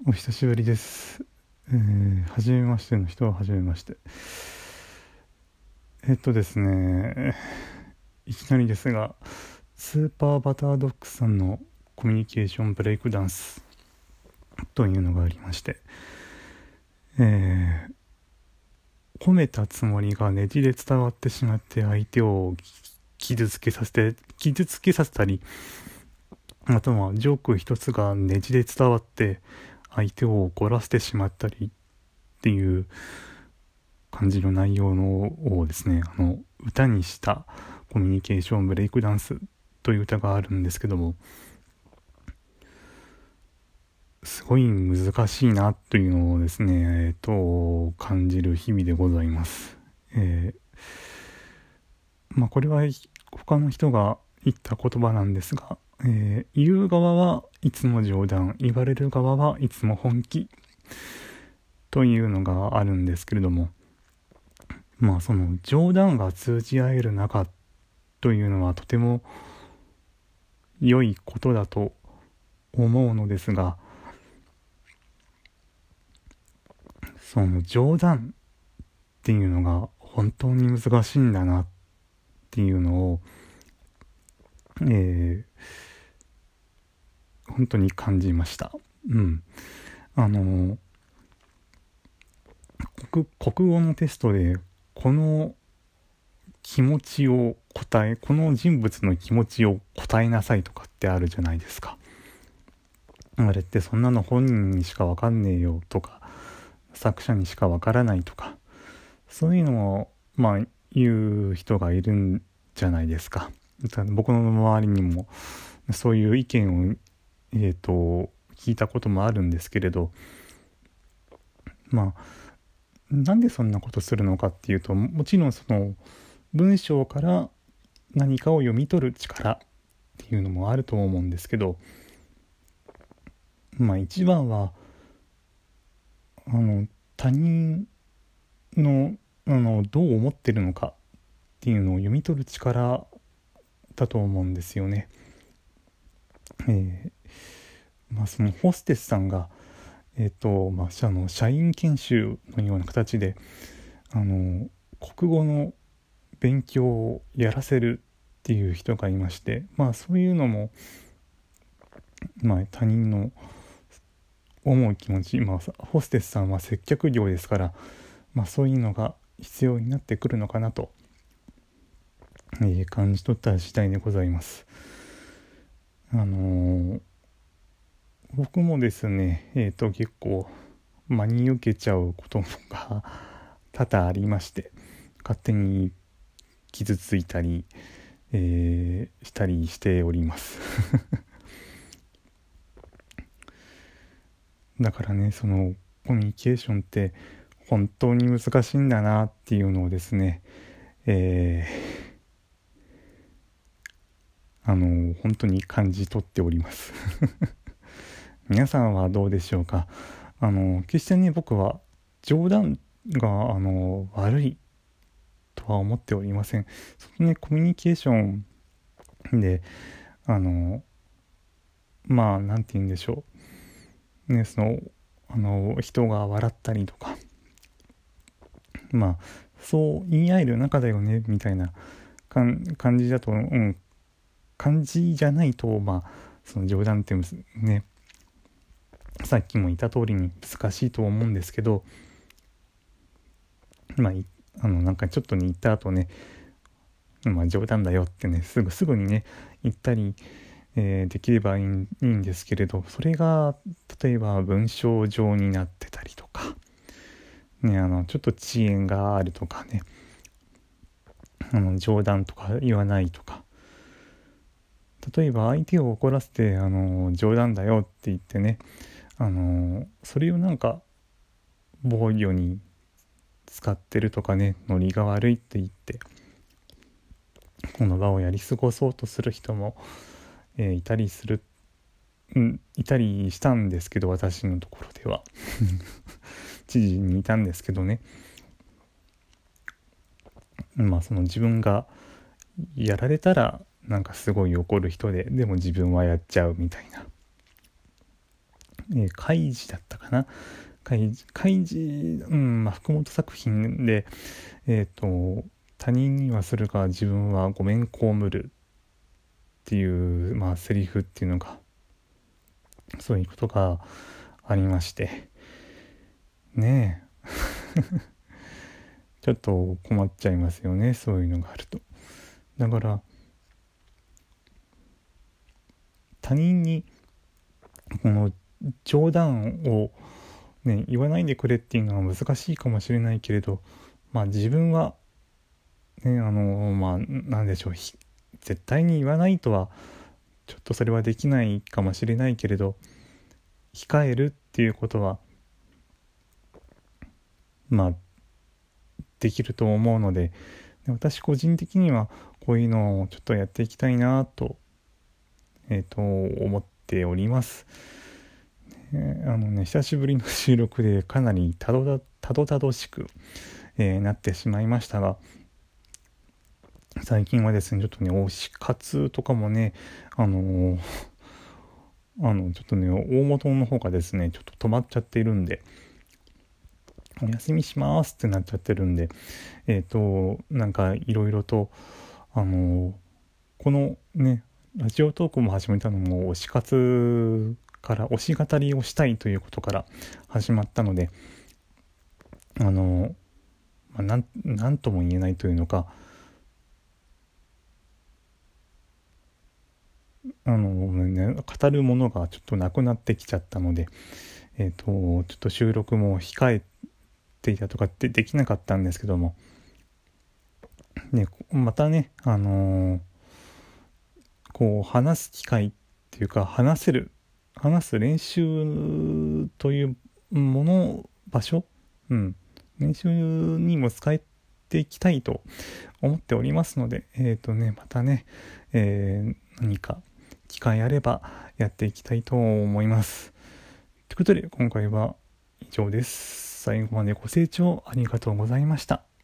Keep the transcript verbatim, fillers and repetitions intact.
お久しぶりです。えー、初めましての人は初めまして。えっとですね、いきなりですが、スーパーバタードッグさんのコミュニケーションブレイクダンスというのがありまして、えー、褒めたつもりがネジで伝わってしまって相手を傷つけさせて、傷つけさせたり、あとはジョーク一つがネジで伝わって相手を怒らせてしまったりっていう感じの内容のをですね、あの歌にしたコミュニケーションブレイクダンスという歌があるんですけども、すごい難しいなというのをですね、えっと感じる日々でございます。えー、まあこれは他の人が言った言葉なんですが、えー、言う側はいつも冗談、言われる側はいつも本気というのがあるんですけれども、まあその冗談が通じ合える中というのはとても良いことだと思うのですが、その冗談っていうのが本当に難しいんだなっていうのを、えー、本当に感じました。うん。あの国、国語のテストでこの気持ちを答え、この人物の気持ちを答えなさいとかってあるじゃないですか。あれってそんなの本人にしかわかんねえよとか、作者にしかわからないとか、そういうのをまあ言う人がいるんじゃないですか。僕の周りにもそういう意見をえっと聞いたこともあるんですけれど、まあなんでそんなことするのかっていうと、もちろんその文章から何かを読み取る力っていうのもあると思うんですけど、まあ一番はあの他人のあのどう思ってるのかっていうのを読み取る力だと思うんですよね。えー、まあそのホステスさんがえっ、とまあ社の社員研修のような形であの国語の勉強をやらせるっていう人がいまして、まあそういうのもまあ他人の思う気持ち、まあホステスさんは接客業ですから、まあそういうのが必要になってくるのかなと、えー感じ取った次第でございます。あのー僕もですね、えっと結構真に受けちゃうことが多々ありまして、勝手に傷ついたり、えーしたりしておりますだからね、そのコミュニケーションって本当に難しいんだなっていうのをですね、えー、あの本当に感じ取っております皆さんはどうでしょうか。あの決してね、僕は冗談があの悪いとは思っておりません。そのね、コミュニケーションであのまあなんて言うんでしょうね、そのあの人が笑ったりとか、まあそう言い合える仲だよねみたいな感じだと、うん、感じじゃないと、まあその冗談ってね、さっきも言った通りに難しいと思うんですけど、まああのなんかちょっとね言った後ね、まあ冗談だよってね、すぐすぐにね言ったり、えーできればいい、いいんですけれど、それが例えば文章上になってたりとかね、あのちょっと遅延があるとかね、あの冗談とか言わないとか、例えば相手を怒らせてあの冗談だよって言ってね、あのそれをなんか防御に使ってるとかね、ノリが悪いって言ってこの場をやり過ごそうとする人も、えーいたりする、うん、いたりしたんですけど、私のところでは知事にいたんですけどね、まあその自分がやられたらなんかすごい怒る人で、でも自分はやっちゃうみたいなえー、カイジだったかな。カイジ、カイジ、うん、まあ、福本作品で、えっと、他人にはするが自分はごめん被るっていう、まあ、セリフっていうのが、そういうことがありまして、ねえ。ちょっと困っちゃいますよね、そういうのがあると。だから、他人に、この冗談をね、言わないでくれっていうのは難しいかもしれないけれど、まあ自分はね、あのまあなんでしょう、絶対に言わないとはちょっとそれはできないかもしれないけれど、控えるっていうことはまあできると思うので、私個人的にはこういうのをちょっとやっていきたいなと、えっと思っております。えー、あのね、久しぶりの収録でかなりたどたたどたどしく、えー、なってしまいましたが、最近はですね、ちょっとね、推し活とかもね、あのー、あの、ちょっとね、大元の方がですね、ちょっと止まっちゃっているんで、お休みしますってなっちゃってるんで、えっと、なんかいろいろと、あのー、このね、ラジオトークも始めたのも推し活から推し語りをしたいということから始まったので、あの、まあ、なん、なんとも言えないというのか、あのね、語るものがちょっとなくなってきちゃったので、えっと、ちょっと収録も控えていたとかってできなかったんですけども、ね、またね、あのー、こう話す機会っていうか、話せる、話す練習というもの、場所、うん、練習にも使えていきたいと思っておりますので、えっとね、またね、えー、何か機会あればやっていきたいと思います。ということで、今回は以上です。最後までご清聴ありがとうございました。